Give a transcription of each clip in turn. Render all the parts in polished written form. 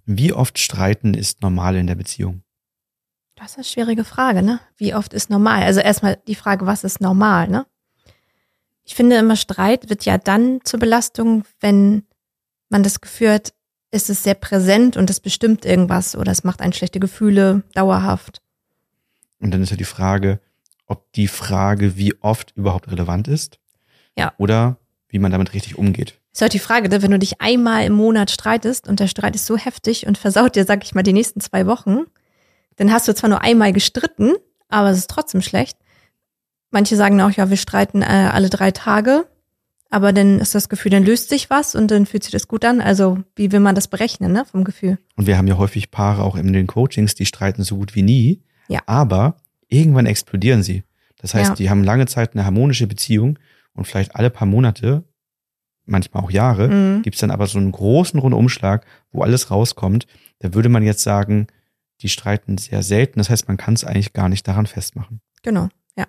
Wie oft streiten ist normal in der Beziehung? Das ist eine schwierige Frage, ne? Wie oft ist normal? Also erstmal die Frage, was ist normal, ne? Ich finde immer, Streit wird ja dann zur Belastung, wenn man das Gefühl hat, es ist sehr präsent und es bestimmt irgendwas oder es macht einen schlechte Gefühle dauerhaft. Und dann ist ja die Frage, ob die Frage, wie oft überhaupt relevant ist. Ja. Oder wie man damit richtig umgeht. Ist halt die Frage, wenn du dich einmal im Monat streitest und der Streit ist so heftig und versaut dir, sag ich mal, die nächsten 2 Wochen, dann hast du zwar nur einmal gestritten, aber es ist trotzdem schlecht. Manche sagen auch, ja, wir streiten alle 3 Tage, aber dann ist das Gefühl, dann löst sich was und dann fühlt sich das gut an. Also wie will man das berechnen, ne, vom Gefühl? Und wir haben ja häufig Paare auch in den Coachings, die streiten so gut wie nie, Ja. aber irgendwann explodieren sie. Das heißt, Ja. die haben lange Zeit eine harmonische Beziehung und vielleicht alle paar Monate, manchmal auch Jahre, gibt's dann aber so einen großen Rundumschlag, wo alles rauskommt. Da würde man jetzt sagen, die streiten sehr selten. Das heißt, man kann es eigentlich gar nicht daran festmachen. Genau, ja.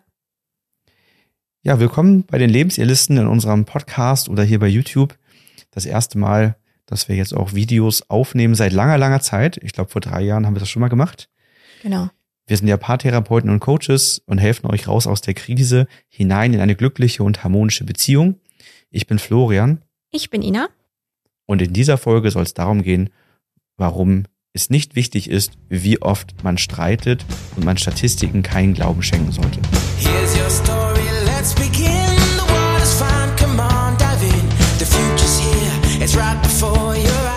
Ja, willkommen bei den Lebensirrlisten in unserem Podcast oder hier bei YouTube. Das erste Mal, dass wir jetzt auch Videos aufnehmen seit langer, langer Zeit. Ich glaube, vor 3 Jahren haben wir das schon mal gemacht. Genau. Wir sind ja Paartherapeuten und Coaches und helfen euch raus aus der Krise hinein in eine glückliche und harmonische Beziehung. Ich bin Florian. Ich bin Ina. Und in dieser Folge soll es darum gehen, warum es nicht wichtig ist, wie oft man streitet und man Statistiken keinen Glauben schenken sollte. Here's your story, let's begin. The water's fine, come on, dive in. The future's here, it's right before your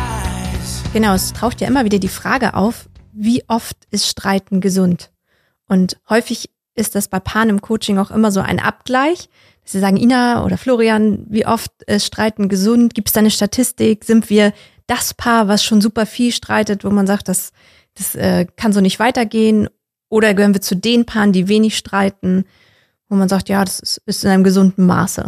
eyes. Genau, es taucht ja immer wieder die Frage auf, wie oft ist Streiten gesund? Und häufig ist das bei Paaren im Coaching auch immer so ein Abgleich. Dass sie sagen, Ina oder Florian, wie oft ist Streiten gesund? Gibt es da eine Statistik? Sind wir das Paar, was schon super viel streitet, wo man sagt, das kann so nicht weitergehen? Oder gehören wir zu den Paaren, die wenig streiten, wo man sagt, ja, das ist in einem gesunden Maße?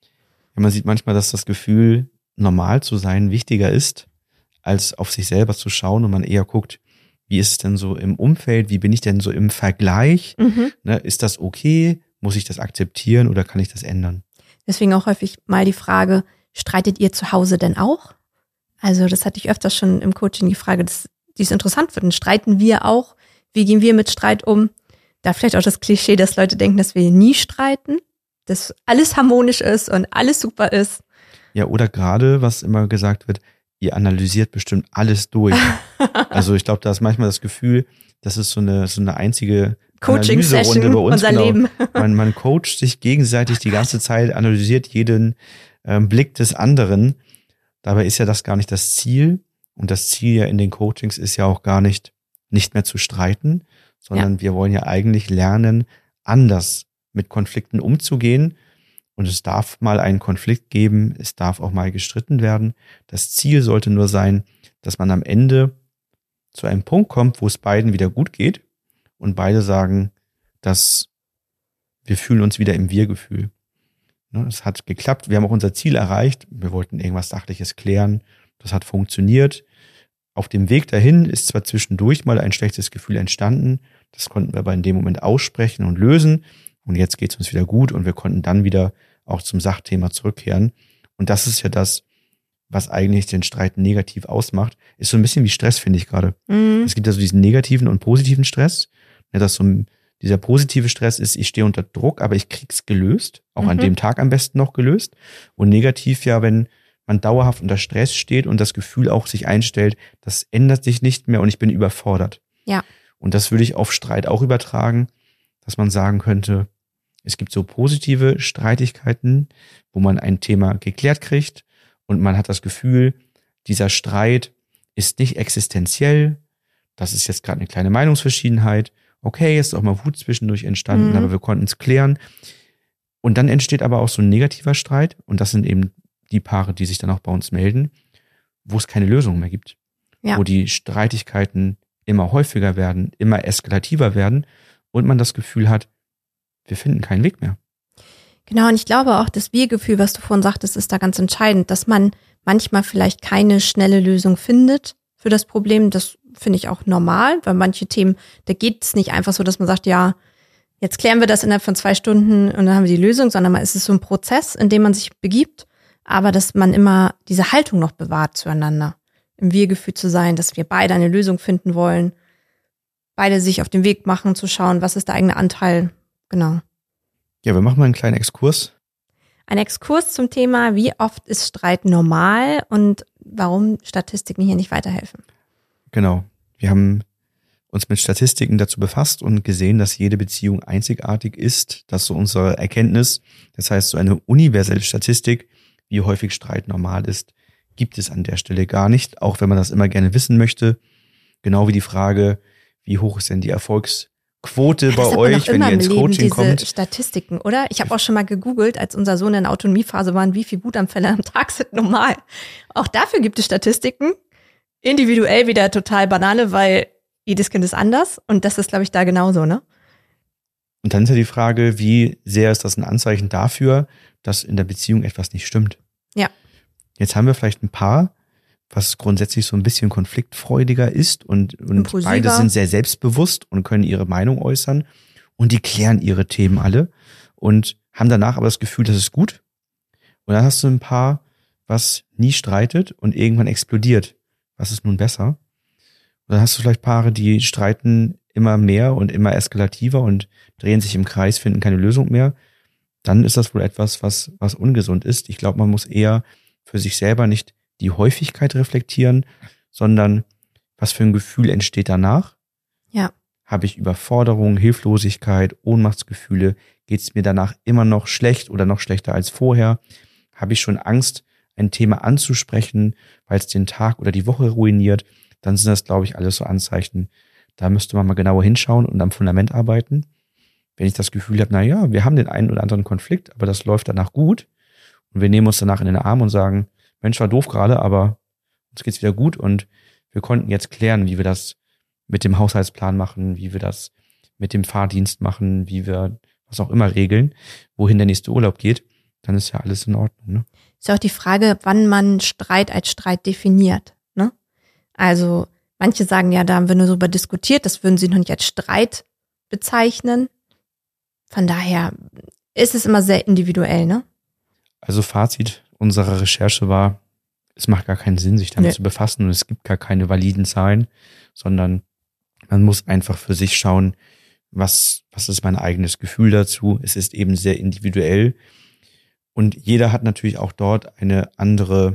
Ja, man sieht manchmal, dass das Gefühl, normal zu sein, wichtiger ist, als auf sich selber zu schauen und man eher guckt, wie ist es denn so im Umfeld, wie bin ich denn so im Vergleich? Ne, ist das okay? Muss ich das akzeptieren oder kann ich das ändern? Deswegen auch häufig mal die Frage, streitet ihr zu Hause denn auch? Also das hatte ich öfters schon im Coaching die Frage, die ist interessant wird. Streiten wir auch? Wie gehen wir mit Streit um? Da vielleicht auch das Klischee, dass Leute denken, dass wir nie streiten, dass alles harmonisch ist und alles super ist. Ja, oder gerade, was immer gesagt wird, ihr analysiert bestimmt alles durch. Also ich glaube, da ist manchmal das Gefühl, das ist so eine einzige Coaching-Session, bei uns. unser Genau. Leben. Man coacht sich gegenseitig die ganze Zeit, analysiert jeden Blick des anderen. Dabei ist ja das gar nicht das Ziel. Und das Ziel ja in den Coachings ist ja auch gar nicht mehr zu streiten, sondern wir wollen ja eigentlich lernen, anders mit Konflikten umzugehen. Und es darf mal einen Konflikt geben, es darf auch mal gestritten werden. Das Ziel sollte nur sein, dass man am Ende zu einem Punkt kommt, wo es beiden wieder gut geht und beide sagen, dass wir fühlen uns wieder im Wir-Gefühl. Es hat geklappt, wir haben auch unser Ziel erreicht, wir wollten irgendwas Sachliches klären, das hat funktioniert. Auf dem Weg dahin ist zwar zwischendurch mal ein schlechtes Gefühl entstanden, das konnten wir aber in dem Moment aussprechen und lösen und jetzt geht es uns wieder gut und wir konnten dann wieder auch zum Sachthema zurückkehren. Und das ist ja das, was eigentlich den Streit negativ ausmacht, ist so ein bisschen wie Stress, finde ich gerade. Es gibt ja so diesen negativen und positiven Stress. Ja, dass so dieser positive Stress ist, ich stehe unter Druck, aber ich krieg's gelöst, auch an dem Tag am besten noch gelöst. Und negativ ja, wenn man dauerhaft unter Stress steht und das Gefühl auch sich einstellt, das ändert sich nicht mehr und ich bin überfordert. Ja. Und das würde ich auf Streit auch übertragen, dass man sagen könnte, es gibt so positive Streitigkeiten, wo man ein Thema geklärt kriegt und man hat das Gefühl, dieser Streit ist nicht existenziell, das ist jetzt gerade eine kleine Meinungsverschiedenheit, okay, ist auch mal Wut zwischendurch entstanden, aber wir konnten es klären. Und dann entsteht aber auch so ein negativer Streit und das sind eben die Paare, die sich dann auch bei uns melden, wo es keine Lösung mehr gibt. Ja. Wo die Streitigkeiten immer häufiger werden, immer eskalativer werden und man das Gefühl hat, wir finden keinen Weg mehr. Genau, und ich glaube auch, das Wir-Gefühl, was du vorhin sagtest, ist da ganz entscheidend, dass man manchmal vielleicht keine schnelle Lösung findet für das Problem. Das finde ich auch normal, weil manche Themen, da geht es nicht einfach so, dass man sagt, ja, jetzt klären wir das innerhalb von 2 Stunden und dann haben wir die Lösung, sondern es ist so ein Prozess, in dem man sich begibt, aber dass man immer diese Haltung noch bewahrt zueinander. im Wir-Gefühl zu sein, dass wir beide eine Lösung finden wollen, beide sich auf den Weg machen, zu schauen, was ist der eigene Anteil. Genau. Ja, wir machen mal einen kleinen Exkurs. Ein Exkurs zum Thema, wie oft ist Streit normal und warum Statistiken hier nicht weiterhelfen. Genau. Wir haben uns mit Statistiken dazu befasst und gesehen, dass jede Beziehung einzigartig ist. Das ist so unsere Erkenntnis. Das heißt, so eine universelle Statistik, wie häufig Streit normal ist, gibt es an der Stelle gar nicht, auch wenn man das immer gerne wissen möchte. Genau wie die Frage, wie hoch ist denn die Erfolgsquote bei euch, wenn ihr ins Coaching kommt? Diese Statistiken, oder? Ich habe auch schon mal gegoogelt, als unser Sohn in der Autonomiephase war, wie viel Wutanfälle am Tag sind normal. Auch dafür gibt es Statistiken. Individuell wieder total Banane, weil jedes Kind ist anders und das ist, glaube ich, da genauso, ne? Und dann ist ja die Frage, wie sehr ist das ein Anzeichen dafür, dass in der Beziehung etwas nicht stimmt? Ja. Jetzt haben wir vielleicht ein Paar, was grundsätzlich so ein bisschen konfliktfreudiger ist und beide sind sehr selbstbewusst und können ihre Meinung äußern und die klären ihre Themen alle und haben danach aber das Gefühl, das ist gut. Und dann hast du ein Paar, was nie streitet und irgendwann explodiert. Was ist nun besser? Und dann hast du vielleicht Paare, die streiten immer mehr und immer eskalativer und drehen sich im Kreis, finden keine Lösung mehr. Dann ist das wohl etwas, was ungesund ist. Ich glaube, man muss eher für sich selber nicht die Häufigkeit reflektieren, sondern was für ein Gefühl entsteht danach. Ja. Habe ich Überforderung, Hilflosigkeit, Ohnmachtsgefühle? Geht es mir danach immer noch schlecht oder noch schlechter als vorher? Habe ich schon Angst, ein Thema anzusprechen, weil es den Tag oder die Woche ruiniert? Dann sind das, glaube ich, alles so Anzeichen. Da müsste man mal genauer hinschauen und am Fundament arbeiten. Wenn ich das Gefühl habe, naja, wir haben den einen oder anderen Konflikt, aber das läuft danach gut und wir nehmen uns danach in den Arm und sagen, Mensch, war doof gerade, aber uns geht's wieder gut und wir konnten jetzt klären, wie wir das mit dem Haushaltsplan machen, wie wir das mit dem Fahrdienst machen, wie wir was auch immer regeln, wohin der nächste Urlaub geht, dann ist ja alles in Ordnung. Ne? Ist ja auch die Frage, wann man Streit als Streit definiert. Ne? Also manche sagen ja, da haben wir nur darüber diskutiert, das würden sie noch nicht als Streit bezeichnen. Von daher ist es immer sehr individuell, ne? Also Fazit unserer Recherche war, es macht gar keinen Sinn, sich damit zu befassen und es gibt gar keine validen Zahlen, sondern man muss einfach für sich schauen, was ist mein eigenes Gefühl dazu. Es ist eben sehr individuell und jeder hat natürlich auch dort eine andere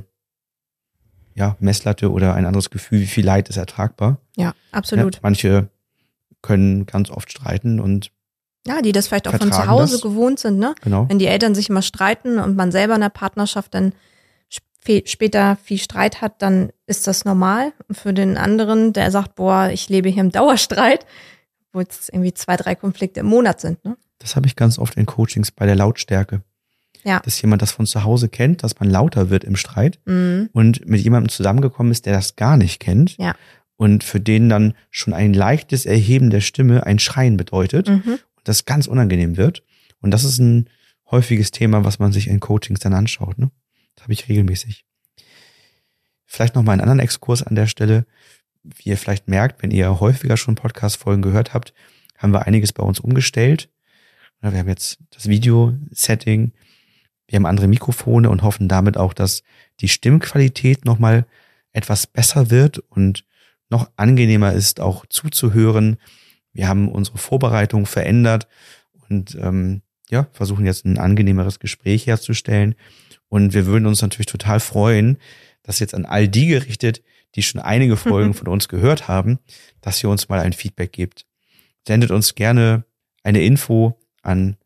Messlatte oder ein anderes Gefühl, wie viel Leid ist ertragbar. Ja, absolut. Ja, manche können ganz oft streiten und ja, die das vielleicht auch von zu Hause gewohnt sind, ne? Genau. Wenn die Eltern sich immer streiten und man selber in der Partnerschaft dann später viel Streit hat, dann ist das normal. Und für den anderen, der sagt, boah, ich lebe hier im Dauerstreit, wo jetzt irgendwie 2, 3 Konflikte im Monat sind, ne? Das habe ich ganz oft in Coachings bei der Lautstärke. Ja. Dass jemand das von zu Hause kennt, dass man lauter wird im Streit und mit jemandem zusammengekommen ist, der das gar nicht kennt. Ja. Und für den dann schon ein leichtes Erheben der Stimme ein Schreien bedeutet. Und das ganz unangenehm wird. Und das ist ein häufiges Thema, was man sich in Coachings dann anschaut. Ne? Das habe ich regelmäßig. Vielleicht noch mal einen anderen Exkurs an der Stelle. Wie ihr vielleicht merkt, wenn ihr häufiger schon Podcast-Folgen gehört habt, haben wir einiges bei uns umgestellt. Wir haben jetzt das Video-Setting, wir haben andere Mikrofone und hoffen damit auch, dass die Stimmqualität noch mal etwas besser wird und noch angenehmer ist, auch zuzuhören. Wir haben unsere Vorbereitung verändert und versuchen jetzt ein angenehmeres Gespräch herzustellen. Und wir würden uns natürlich total freuen, dass jetzt an all die gerichtet, die schon einige Folgen von uns gehört haben, dass ihr uns mal ein Feedback gebt. Sendet uns gerne eine Info an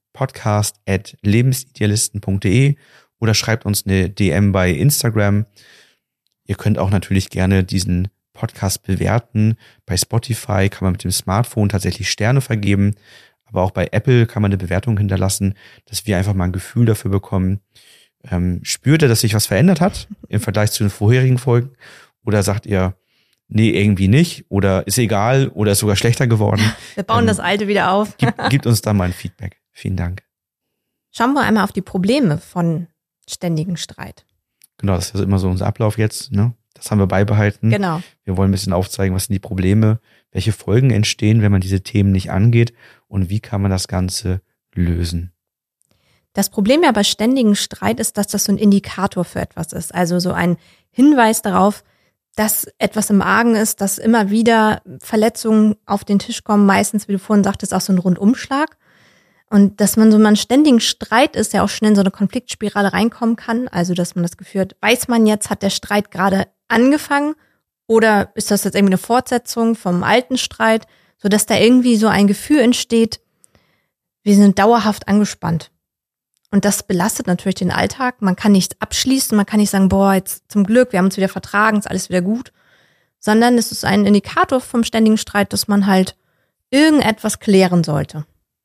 podcast@lebensidealisten.de oder schreibt uns eine DM bei Instagram. Ihr könnt auch natürlich gerne diesen Podcast bewerten. Bei Spotify kann man mit dem Smartphone tatsächlich Sterne vergeben, aber auch bei Apple kann man eine Bewertung hinterlassen, dass wir einfach mal ein Gefühl dafür bekommen. Spürt ihr, dass sich was verändert hat im Vergleich zu den vorherigen Folgen? Oder sagt ihr, nee, irgendwie nicht oder ist egal oder ist sogar schlechter geworden? Wir bauen das Alte wieder auf. Gibt uns da mal ein Feedback. Vielen Dank. Schauen wir einmal auf die Probleme von ständigen Streit. Genau, das ist also immer so unser Ablauf jetzt, ne? Das haben wir beibehalten. Genau. Wir wollen ein bisschen aufzeigen, was sind die Probleme, welche Folgen entstehen, wenn man diese Themen nicht angeht und wie kann man das Ganze lösen. Das Problem ja bei ständigen Streit ist, dass das so ein Indikator für etwas ist. Also so ein Hinweis darauf, dass etwas im Argen ist, dass immer wieder Verletzungen auf den Tisch kommen, meistens, wie du vorhin sagtest, auch so ein Rundumschlag. Und dass man so mal einen ständigen Streit ist, der auch schnell in so eine Konfliktspirale reinkommen kann. Also, dass man das Gefühl hat, weiß man jetzt, hat der Streit gerade angefangen oder ist das jetzt irgendwie eine Fortsetzung vom alten Streit, sodass da irgendwie so ein Gefühl entsteht, wir sind dauerhaft angespannt. Und das belastet natürlich den Alltag. Man kann nicht abschließen, man kann nicht sagen, boah, jetzt zum Glück, wir haben uns wieder vertragen, ist alles wieder gut. Sondern es ist ein Indikator vom ständigen Streit, dass man halt irgendetwas klären sollte.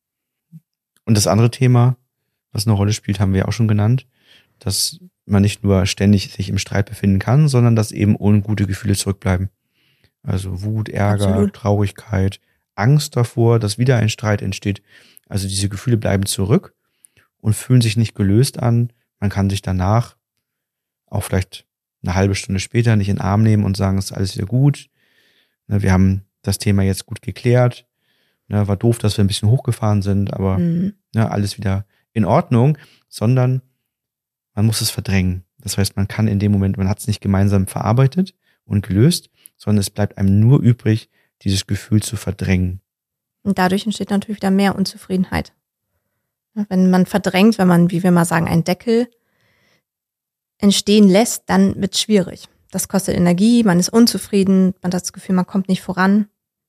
Und das andere Thema, was eine Rolle spielt, haben wir ja auch schon genannt, dass man nicht nur ständig sich im Streit befinden kann, sondern dass eben ungute Gefühle zurückbleiben. Also Wut, Ärger, Absolut. Traurigkeit, Angst davor, dass wieder ein Streit entsteht. Also diese Gefühle bleiben zurück und fühlen sich nicht gelöst an. Man kann sich danach auch vielleicht eine halbe Stunde später nicht in den Arm nehmen und sagen, es ist alles wieder gut. Wir haben das Thema jetzt gut geklärt. War doof, dass wir ein bisschen hochgefahren sind, aber alles wieder in Ordnung, sondern man muss es verdrängen. Das heißt, man kann in dem Moment, man hat es nicht gemeinsam verarbeitet und gelöst, sondern es bleibt einem nur übrig, dieses Gefühl zu verdrängen. Und dadurch entsteht natürlich wieder mehr Unzufriedenheit. Wenn man verdrängt, wenn man, wie wir mal sagen, einen Deckel entstehen lässt, dann wird es schwierig. Das kostet Energie, man ist unzufrieden, man hat das Gefühl, man kommt nicht voran.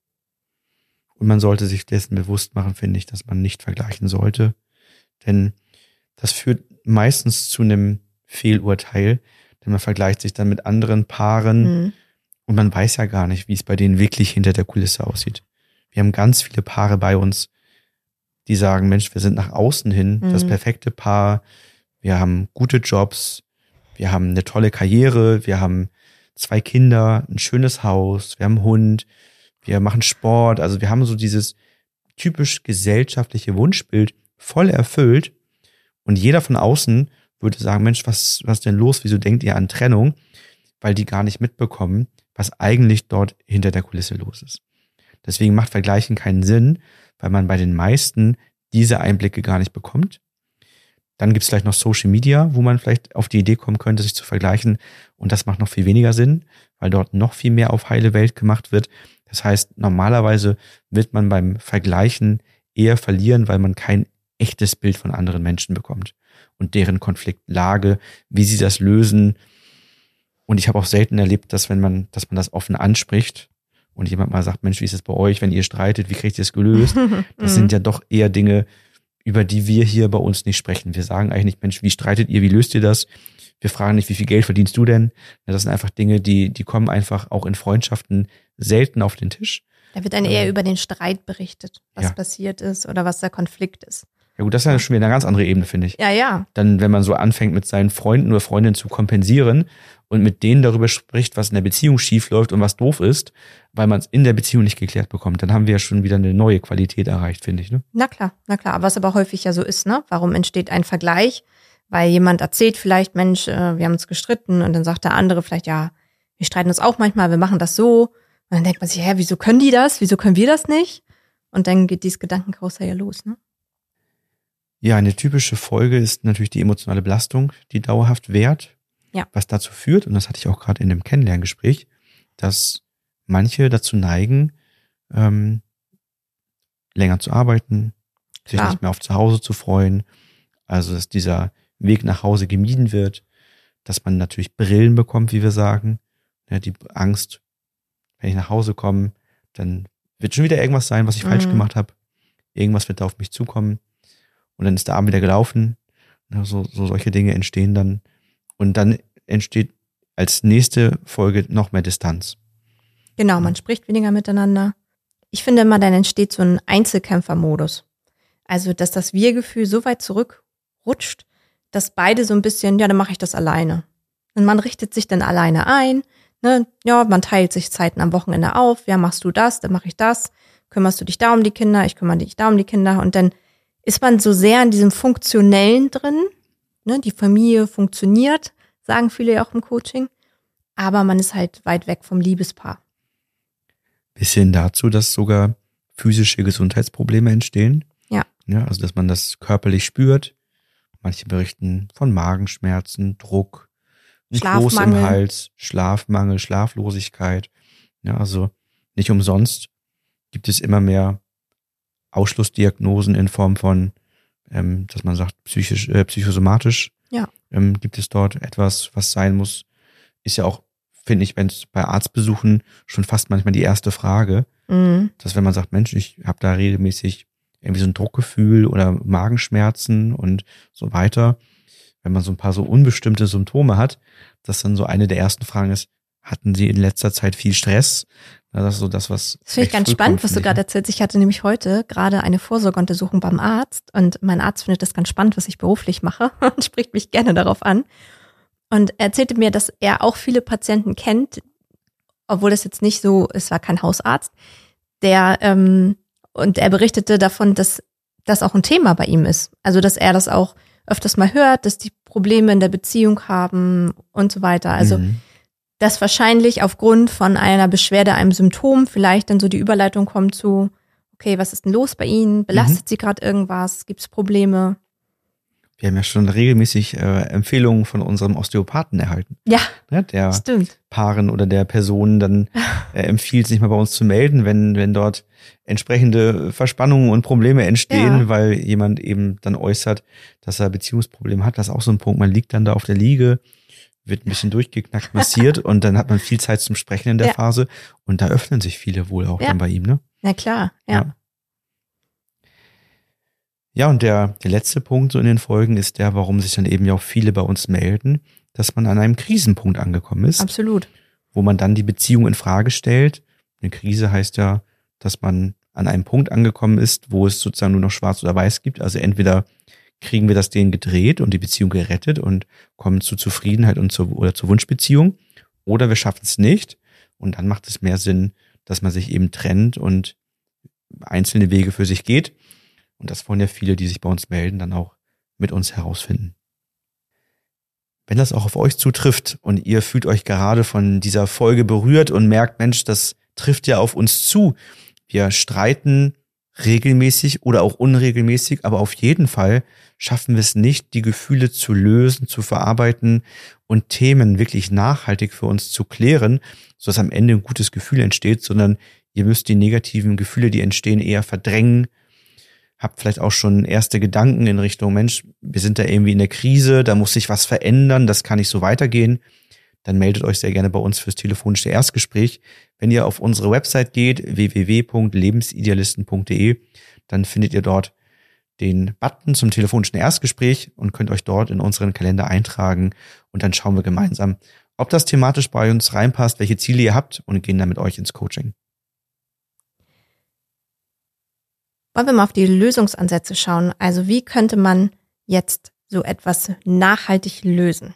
Und man sollte sich dessen bewusst machen, finde ich, dass man nicht vergleichen sollte. Denn das führt meistens zu einem Fehlurteil, denn man vergleicht sich dann mit anderen Paaren und man weiß ja gar nicht, wie es bei denen wirklich hinter der Kulisse aussieht. Wir haben ganz viele Paare bei uns, die sagen, Mensch, wir sind nach außen hin das perfekte Paar, wir haben gute Jobs, wir haben eine tolle Karriere, wir haben 2 Kinder, ein schönes Haus, wir haben einen Hund, wir machen Sport, also wir haben so dieses typisch gesellschaftliche Wunschbild voll erfüllt und jeder von außen würde sagen, Mensch, was ist denn los, wieso denkt ihr an Trennung? Weil die gar nicht mitbekommen, was eigentlich dort hinter der Kulisse los ist. Deswegen macht Vergleichen keinen Sinn, weil man bei den meisten diese Einblicke gar nicht bekommt. Dann gibt es vielleicht noch Social Media, wo man vielleicht auf die Idee kommen könnte, sich zu vergleichen. Und das macht noch viel weniger Sinn, weil dort noch viel mehr auf heile Welt gemacht wird. Das heißt, normalerweise wird man beim Vergleichen eher verlieren, weil man kein echtes Bild von anderen Menschen bekommt und deren Konfliktlage, wie sie das lösen. Und ich habe auch selten erlebt, dass man das offen anspricht und jemand mal sagt, Mensch, wie ist es bei euch, wenn ihr streitet, wie kriegt ihr es gelöst? Das sind ja doch eher Dinge, über die wir hier bei uns nicht sprechen. Wir sagen eigentlich nicht, Mensch, wie streitet ihr, wie löst ihr das? Wir fragen nicht, wie viel Geld verdienst du denn? Das sind einfach Dinge, die kommen einfach auch in Freundschaften selten auf den Tisch. Da wird dann eher über den Streit berichtet, was passiert ist oder was der Konflikt ist. Ja gut, das ist ja schon wieder eine ganz andere Ebene, finde ich. Ja. Dann, wenn man so anfängt, mit seinen Freunden oder Freundinnen zu kompensieren und mit denen darüber spricht, was in der Beziehung schief läuft und was doof ist, weil man es in der Beziehung nicht geklärt bekommt, dann haben wir ja schon wieder eine neue Qualität erreicht, finde ich. Ne? Na klar. Aber was aber häufig ja so ist, ne? Warum entsteht ein Vergleich? Weil jemand erzählt vielleicht, Mensch, wir haben uns gestritten und dann sagt der andere vielleicht, ja, wir streiten uns auch manchmal, wir machen das so. Und dann denkt man sich, wieso können die das? Wieso können wir das nicht? Und dann geht dieses Gedankenkarussell ja los, ne? Ja, eine typische Folge ist natürlich die emotionale Belastung, die dauerhaft währt. Ja. Was dazu führt, und das hatte ich auch gerade in dem Kennenlerngespräch, dass manche dazu neigen, länger zu arbeiten, sich nicht mehr auf zu Hause zu freuen. Also, dass dieser Weg nach Hause gemieden wird, dass man natürlich Brillen bekommt, wie wir sagen. Ja, die Angst, wenn ich nach Hause komme, dann wird schon wieder irgendwas sein, was ich falsch gemacht habe. Irgendwas wird da auf mich zukommen. Und dann ist der Abend wieder gelaufen. So solche Dinge entstehen dann. Und dann entsteht als nächste Folge noch mehr Distanz. Genau, man spricht weniger miteinander. Ich finde immer, dann entsteht so ein Einzelkämpfermodus. Also, dass das Wir-Gefühl so weit zurückrutscht, dass beide so ein bisschen, ja, dann mache ich das alleine. Und man richtet sich dann alleine ein. Ne? Ja, man teilt sich Zeiten am Wochenende auf. Ja, machst du das, dann mache ich das. Kümmerst du dich da um die Kinder, ich kümmere dich da um die Kinder. Und dann ist man so sehr in diesem Funktionellen drin. Ne? Die Familie funktioniert, sagen viele ja auch im Coaching. Aber man ist halt weit weg vom Liebespaar. Bis hin dazu, dass sogar physische Gesundheitsprobleme entstehen. Ja, also dass man das körperlich spürt. Manche berichten von Magenschmerzen, Druck, ein Kloß im Schlafmangel. Hals, Schlafmangel, Schlaflosigkeit. Ja, also nicht umsonst gibt es immer mehr Ausschlussdiagnosen in Form von, dass man sagt, psychosomatisch. Ja. Gibt es dort etwas, was sein muss? Ist ja auch, finde ich, wenn es bei Arztbesuchen schon fast manchmal die erste Frage, dass wenn man sagt, Mensch, ich habe da regelmäßig irgendwie so ein Druckgefühl oder Magenschmerzen und so weiter, wenn man so ein paar so unbestimmte Symptome hat, dass dann so eine der ersten Fragen ist, hatten Sie in letzter Zeit viel Stress? Ja, das ist so das, was. Das finde ich ganz spannend, was du gerade erzählst. erzählst. Ich hatte nämlich heute gerade eine Vorsorgeuntersuchung beim Arzt und mein Arzt findet das ganz spannend, was ich beruflich mache und spricht mich gerne darauf an. Und er erzählte mir, dass er auch viele Patienten kennt, obwohl das jetzt nicht so, es war kein Hausarzt, und er berichtete davon, dass das auch ein Thema bei ihm ist. Also, dass er das auch öfters mal hört, dass die Probleme in der Beziehung haben und so weiter. Also, dass wahrscheinlich aufgrund von einer Beschwerde, einem Symptom vielleicht dann so die Überleitung kommt zu, okay, was ist denn los bei Ihnen? Belastet Sie gerade irgendwas? Gibt es Probleme? Wir haben ja schon regelmäßig Empfehlungen von unserem Osteopathen erhalten. Ja, Ne, der stimmt. Paaren oder der Person dann empfiehlt, sich mal bei uns zu melden, wenn dort entsprechende Verspannungen und Probleme entstehen, Ja. weil jemand eben dann äußert, dass er Beziehungsprobleme hat. Das ist auch so ein Punkt. Man liegt dann da auf der Liege, wird ein bisschen durchgeknackt massiert und dann hat man viel Zeit zum Sprechen in der Ja. Phase und da öffnen sich viele wohl auch Ja. dann bei ihm, ne? Na klar, ja. Ja, und der letzte Punkt so in den Folgen ist der, warum sich dann eben ja auch viele bei uns melden, dass man an einem Krisenpunkt angekommen ist, Absolut. wo man dann die Beziehung in Frage stellt. Eine Krise heißt ja, dass man an einem Punkt angekommen ist, wo es sozusagen nur noch schwarz oder weiß gibt. Also entweder kriegen wir das Ding gedreht und die Beziehung gerettet und kommen zu Zufriedenheit und zur Wunschbeziehung, oder wir schaffen es nicht und dann macht es mehr Sinn, dass man sich eben trennt und einzelne Wege für sich geht. Und das wollen ja viele, die sich bei uns melden, dann auch mit uns herausfinden. Wenn das auch auf euch zutrifft und ihr fühlt euch gerade von dieser Folge berührt und merkt, Mensch, das trifft ja auf uns zu. Wir streiten regelmäßig oder auch unregelmäßig, aber auf jeden Fall schaffen wir es nicht, die Gefühle zu lösen, zu verarbeiten und Themen wirklich nachhaltig für uns zu klären, sodass am Ende ein gutes Gefühl entsteht, sondern ihr müsst die negativen Gefühle, die entstehen, eher verdrängen. Habt vielleicht auch schon erste Gedanken in Richtung, Mensch, wir sind da irgendwie in der Krise, da muss sich was verändern, das kann nicht so weitergehen. Dann meldet euch sehr gerne bei uns fürs telefonische Erstgespräch. Wenn ihr auf unsere Website geht, www.lebensidealisten.de, dann findet ihr dort den Button zum telefonischen Erstgespräch und könnt euch dort in unseren Kalender eintragen. Und dann schauen wir gemeinsam, ob das thematisch bei uns reinpasst, welche Ziele ihr habt, und gehen dann mit euch ins Coaching. Wollen wir mal auf die Lösungsansätze schauen? Also wie könnte man jetzt so etwas nachhaltig lösen?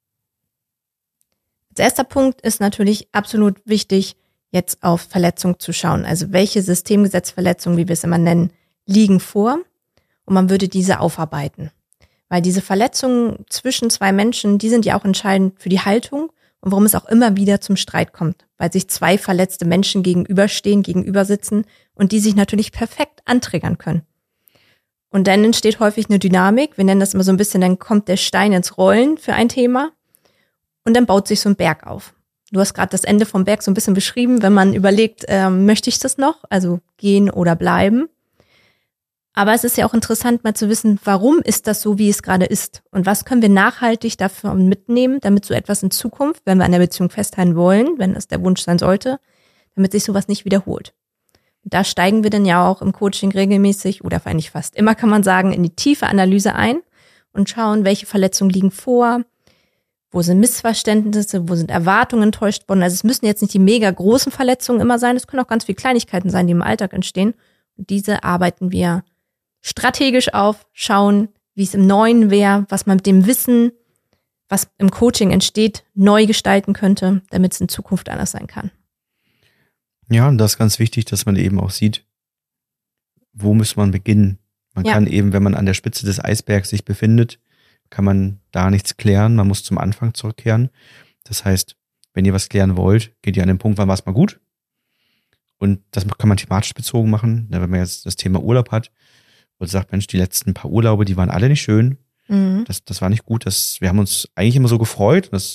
Als erster Punkt ist natürlich absolut wichtig, jetzt auf Verletzung zu schauen. Also welche Systemgesetzverletzungen, wie wir es immer nennen, liegen vor, und man würde diese aufarbeiten. Weil diese Verletzungen zwischen zwei Menschen, die sind ja auch entscheidend für die Haltung und warum es auch immer wieder zum Streit kommt. Weil sich zwei verletzte Menschen gegenüberstehen, gegenübersitzen und die sich natürlich perfekt antriggern können. Und dann entsteht häufig eine Dynamik. Wir nennen das immer so ein bisschen, dann kommt der Stein ins Rollen für ein Thema und dann baut sich so ein Berg auf. Du hast gerade das Ende vom Berg so ein bisschen beschrieben, wenn man überlegt, möchte ich das noch? Also gehen oder bleiben. Aber es ist ja auch interessant, mal zu wissen, warum ist das so, wie es gerade ist? Und was können wir nachhaltig dafür mitnehmen, damit so etwas in Zukunft, wenn wir an der Beziehung festhalten wollen, wenn das der Wunsch sein sollte, damit sich sowas nicht wiederholt. Und da steigen wir dann ja auch im Coaching regelmäßig oder eigentlich fast immer, kann man sagen, in die tiefe Analyse ein und schauen, welche Verletzungen liegen vor, wo sind Missverständnisse, wo sind Erwartungen enttäuscht worden. Also es müssen jetzt nicht die mega großen Verletzungen immer sein, es können auch ganz viele Kleinigkeiten sein, die im Alltag entstehen. Und diese arbeiten wir strategisch auf, schauen, wie es im Neuen wäre, was man mit dem Wissen, was im Coaching entsteht, neu gestalten könnte, damit es in Zukunft anders sein kann. Ja, und das ist ganz wichtig, dass man eben auch sieht, wo muss man beginnen. Man kann eben, wenn man an der Spitze des Eisbergs sich befindet, kann man da nichts klären, man muss zum Anfang zurückkehren. Das heißt, wenn ihr was klären wollt, geht ihr an den Punkt, wann war es mal gut. Und das kann man thematisch bezogen machen. Wenn man jetzt das Thema Urlaub hat und sagt, Mensch, die letzten paar Urlaube, die waren alle nicht schön. Das war nicht gut. Wir haben uns eigentlich immer so gefreut. Das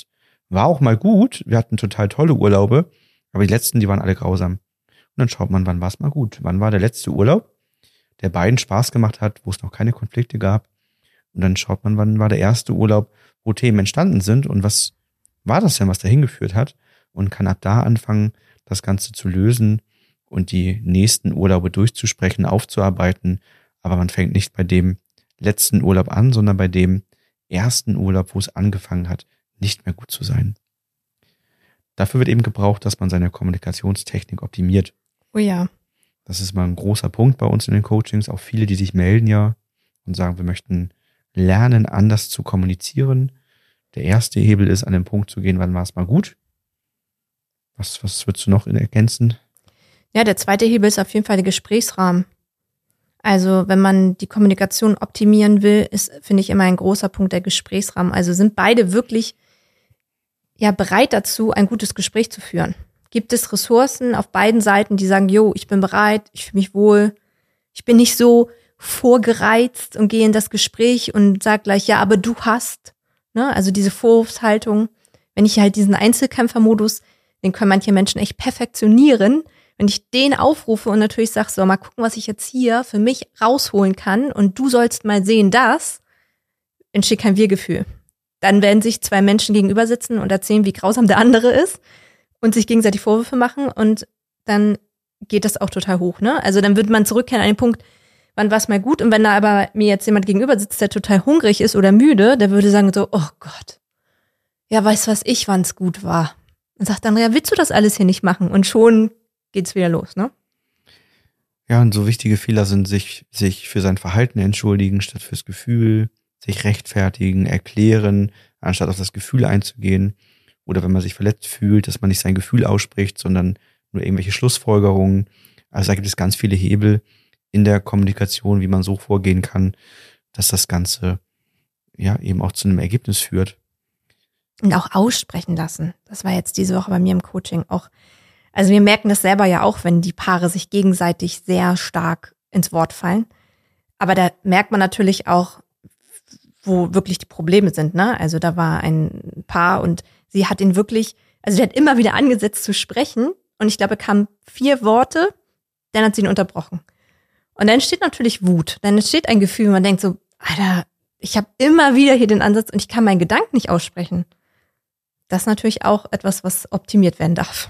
war auch mal gut, wir hatten total tolle Urlaube, aber die letzten, die waren alle grausam. Und dann schaut man, wann war es mal gut? Wann war der letzte Urlaub, der beiden Spaß gemacht hat, wo es noch keine Konflikte gab? Und dann schaut man, wann war der erste Urlaub, wo Themen entstanden sind und was war das denn, was dahin geführt hat? Und kann ab da anfangen, das Ganze zu lösen und die nächsten Urlaube durchzusprechen, aufzuarbeiten. Aber man fängt nicht bei dem letzten Urlaub an, sondern bei dem ersten Urlaub, wo es angefangen hat, nicht mehr gut zu sein. Dafür wird eben gebraucht, dass man seine Kommunikationstechnik optimiert. Oh ja. Das ist mal ein großer Punkt bei uns in den Coachings. Auch viele, die sich melden ja und sagen, wir möchten lernen, anders zu kommunizieren. Der erste Hebel ist, an den Punkt zu gehen, wann war es mal gut. Was würdest du noch ergänzen? Ja, der zweite Hebel ist auf jeden Fall der Gesprächsrahmen. Also wenn man die Kommunikation optimieren will, ist, finde ich, immer ein großer Punkt der Gesprächsrahmen. Also sind beide wirklich bereit dazu, ein gutes Gespräch zu führen? Gibt es Ressourcen auf beiden Seiten, die sagen, jo, ich bin bereit, ich fühle mich wohl, ich bin nicht so vorgereizt und gehe in das Gespräch und sage gleich, ja, aber du hast, ne? Also diese Vorwurfshaltung, wenn ich halt diesen Einzelkämpfermodus, den können manche Menschen echt perfektionieren, wenn ich den aufrufe und natürlich sage, so, mal gucken, was ich jetzt hier für mich rausholen kann und du sollst mal sehen, das entsteht kein Wir-Gefühl. Dann werden sich zwei Menschen gegenüber sitzen und erzählen, wie grausam der andere ist und sich gegenseitig Vorwürfe machen und dann geht das auch total hoch, ne? Also dann würde man zurückkehren an den Punkt, wann war es mal gut? Und wenn da aber mir jetzt jemand gegenüber sitzt, der total hungrig ist oder müde, der würde sagen so, oh Gott, ja, weißt was ich, wann es gut war. Und sagt dann, ja, willst du das alles hier nicht machen? Und schon geht's wieder los, ne? Ja, und so wichtige Fehler sind sich für sein Verhalten entschuldigen statt fürs Gefühl, sich rechtfertigen, erklären, anstatt auf das Gefühl einzugehen. Oder wenn man sich verletzt fühlt, dass man nicht sein Gefühl ausspricht, sondern nur irgendwelche Schlussfolgerungen. Also da gibt es ganz viele Hebel in der Kommunikation, wie man so vorgehen kann, dass das Ganze ja eben auch zu einem Ergebnis führt. Und auch aussprechen lassen. Das war jetzt diese Woche bei mir im Coaching auch. Also wir merken das selber ja auch, wenn die Paare sich gegenseitig sehr stark ins Wort fallen. Aber da merkt man natürlich auch, wo wirklich die Probleme sind, ne? Also da war ein Paar und sie hat ihn wirklich, also sie hat immer wieder angesetzt zu sprechen und ich glaube, es kamen 4 Worte, dann hat sie ihn unterbrochen. Und dann entsteht natürlich Wut, dann entsteht ein Gefühl, man denkt so, Alter, ich habe immer wieder hier den Ansatz und ich kann meinen Gedanken nicht aussprechen. Das ist natürlich auch etwas, was optimiert werden darf.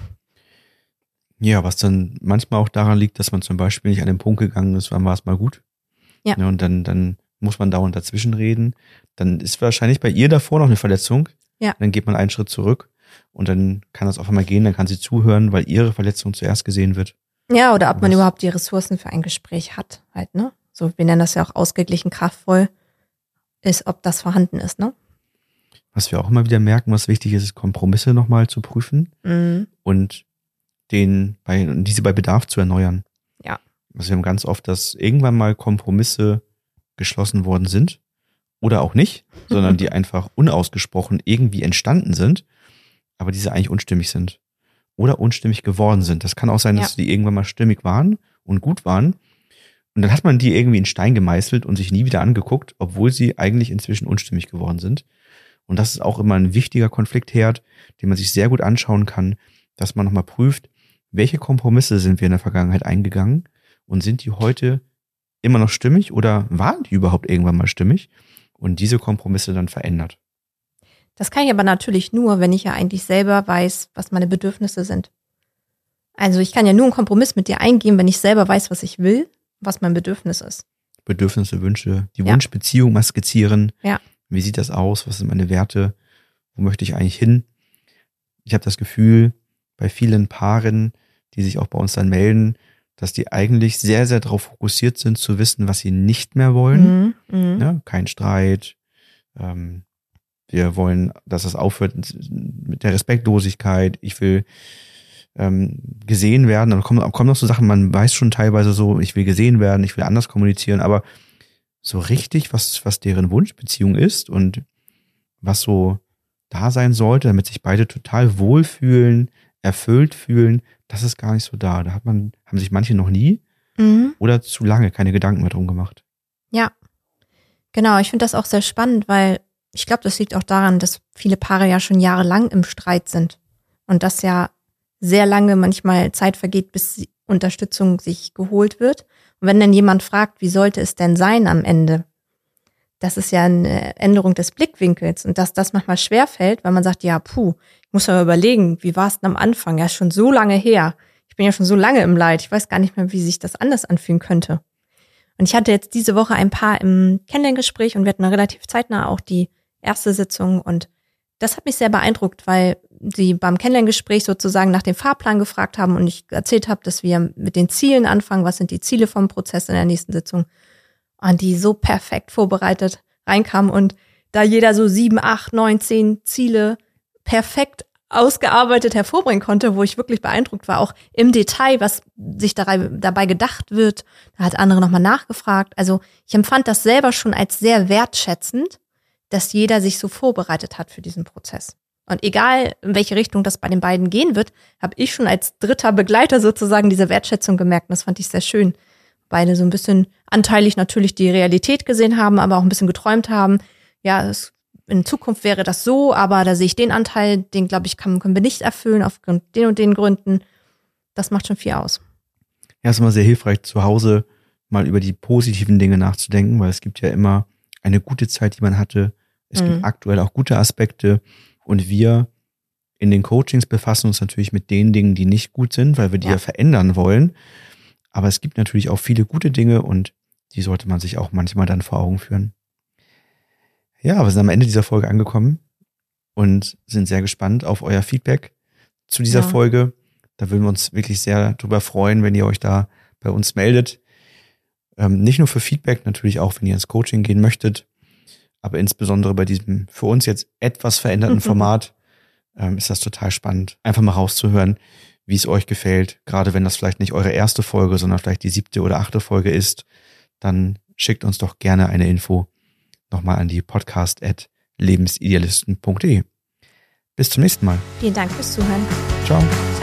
Ja, was dann manchmal auch daran liegt, dass man zum Beispiel nicht an den Punkt gegangen ist, wann war es mal gut. Ja. Ja, und dann muss man dauernd dazwischen reden. Dann ist wahrscheinlich bei ihr davor noch eine Verletzung. Ja. Dann geht man einen Schritt zurück und dann kann das auf einmal gehen, dann kann sie zuhören, weil ihre Verletzung zuerst gesehen wird. Ja, oder ob man überhaupt die Ressourcen für ein Gespräch hat, halt, ne? So, wir nennen das ja auch ausgeglichen, kraftvoll, ist, ob das vorhanden ist, ne? Was wir auch immer wieder merken, was wichtig ist, ist Kompromisse nochmal zu prüfen und diese bei Bedarf zu erneuern. Ja. Also wir haben ganz oft, dass irgendwann mal Kompromisse geschlossen worden sind oder auch nicht, sondern die einfach unausgesprochen irgendwie entstanden sind, aber diese eigentlich unstimmig sind oder unstimmig geworden sind. Das kann auch sein, dass die irgendwann mal stimmig waren und gut waren und dann hat man die irgendwie in Stein gemeißelt und sich nie wieder angeguckt, obwohl sie eigentlich inzwischen unstimmig geworden sind. Und das ist auch immer ein wichtiger Konfliktherd, den man sich sehr gut anschauen kann, dass man nochmal prüft, welche Kompromisse sind wir in der Vergangenheit eingegangen und sind die heute immer noch stimmig oder waren die überhaupt irgendwann mal stimmig und diese Kompromisse dann verändert. Das kann ich aber natürlich nur, wenn ich ja eigentlich selber weiß, was meine Bedürfnisse sind. Also ich kann ja nur einen Kompromiss mit dir eingehen, wenn ich selber weiß, was ich will, was mein Bedürfnis ist. Bedürfnisse, Wünsche, die Wunschbeziehung mal skizzieren. Ja. Wie sieht das aus? Was sind meine Werte? Wo möchte ich eigentlich hin? Ich habe das Gefühl, bei vielen Paaren, die sich auch bei uns dann melden, dass die eigentlich sehr, sehr darauf fokussiert sind, zu wissen, was sie nicht mehr wollen. Ja, kein Streit. Wir wollen, dass es aufhört mit der Respektlosigkeit. Ich will gesehen werden. Dann kommen noch so Sachen, man weiß schon teilweise so, ich will gesehen werden, ich will anders kommunizieren, aber so richtig, was deren Wunschbeziehung ist und was so da sein sollte, damit sich beide total wohlfühlen, erfüllt fühlen, das ist gar nicht so da. Da haben sich manche noch nie oder zu lange keine Gedanken mehr drum gemacht. Ja, genau. Ich finde das auch sehr spannend, weil Ich glaube, das liegt auch daran, dass viele Paare ja schon jahrelang im Streit sind und dass ja sehr lange manchmal Zeit vergeht, bis Unterstützung sich geholt wird. Und wenn dann jemand fragt, wie sollte es denn sein am Ende? Das ist ja eine Änderung des Blickwinkels und dass das manchmal schwerfällt, weil man sagt, ja, ich muss mal überlegen, wie war es denn am Anfang? Ja, ist schon so lange her. Ich bin ja schon so lange im Leid. Ich weiß gar nicht mehr, wie sich das anders anfühlen könnte. Und ich hatte jetzt diese Woche ein Paar im Kennenlerngespräch und wir hatten relativ zeitnah auch die erste Sitzung und das hat mich sehr beeindruckt, weil sie beim Kennenlerngespräch sozusagen nach dem Fahrplan gefragt haben und ich erzählt habe, dass wir mit den Zielen anfangen, was sind die Ziele vom Prozess in der nächsten Sitzung. Und die so perfekt vorbereitet reinkamen und da jeder so 7, 8, 9, 10 Ziele perfekt ausgearbeitet hervorbringen konnte, wo ich wirklich beeindruckt war, auch im Detail, was sich dabei gedacht wird. Da hat andere nochmal nachgefragt. Also ich empfand das selber schon als sehr wertschätzend, dass jeder sich so vorbereitet hat für diesen Prozess. Und egal, in welche Richtung das bei den beiden gehen wird, habe ich schon als dritter Begleiter sozusagen diese Wertschätzung gemerkt. Und das fand ich sehr schön. Beide so ein bisschen anteilig natürlich die Realität gesehen haben, aber auch ein bisschen geträumt haben. Ja, in Zukunft wäre das so, aber da sehe ich den Anteil, den, glaube ich, können wir nicht erfüllen aufgrund den und den Gründen. Das macht schon viel aus. Ja, es ist immer sehr hilfreich, zu Hause mal über die positiven Dinge nachzudenken, weil es gibt ja immer eine gute Zeit, die man hatte. Es gibt aktuell auch gute Aspekte und wir in den Coachings befassen uns natürlich mit den Dingen, die nicht gut sind, weil wir die ja verändern wollen. Aber es gibt natürlich auch viele gute Dinge und die sollte man sich auch manchmal dann vor Augen führen. Ja, wir sind am Ende dieser Folge angekommen und sind sehr gespannt auf euer Feedback zu dieser Folge. Da würden wir uns wirklich sehr drüber freuen, wenn ihr euch da bei uns meldet. Nicht nur für Feedback, natürlich auch, wenn ihr ins Coaching gehen möchtet, aber insbesondere bei diesem für uns jetzt etwas veränderten Format ist das total spannend, einfach mal rauszuhören, wie es euch gefällt. Gerade wenn das vielleicht nicht eure erste Folge, sondern vielleicht die 7. oder 8. Folge ist, dann schickt uns doch gerne eine Info nochmal an die podcast@lebensidealisten.de. Bis zum nächsten Mal. Vielen Dank fürs Zuhören. Ciao.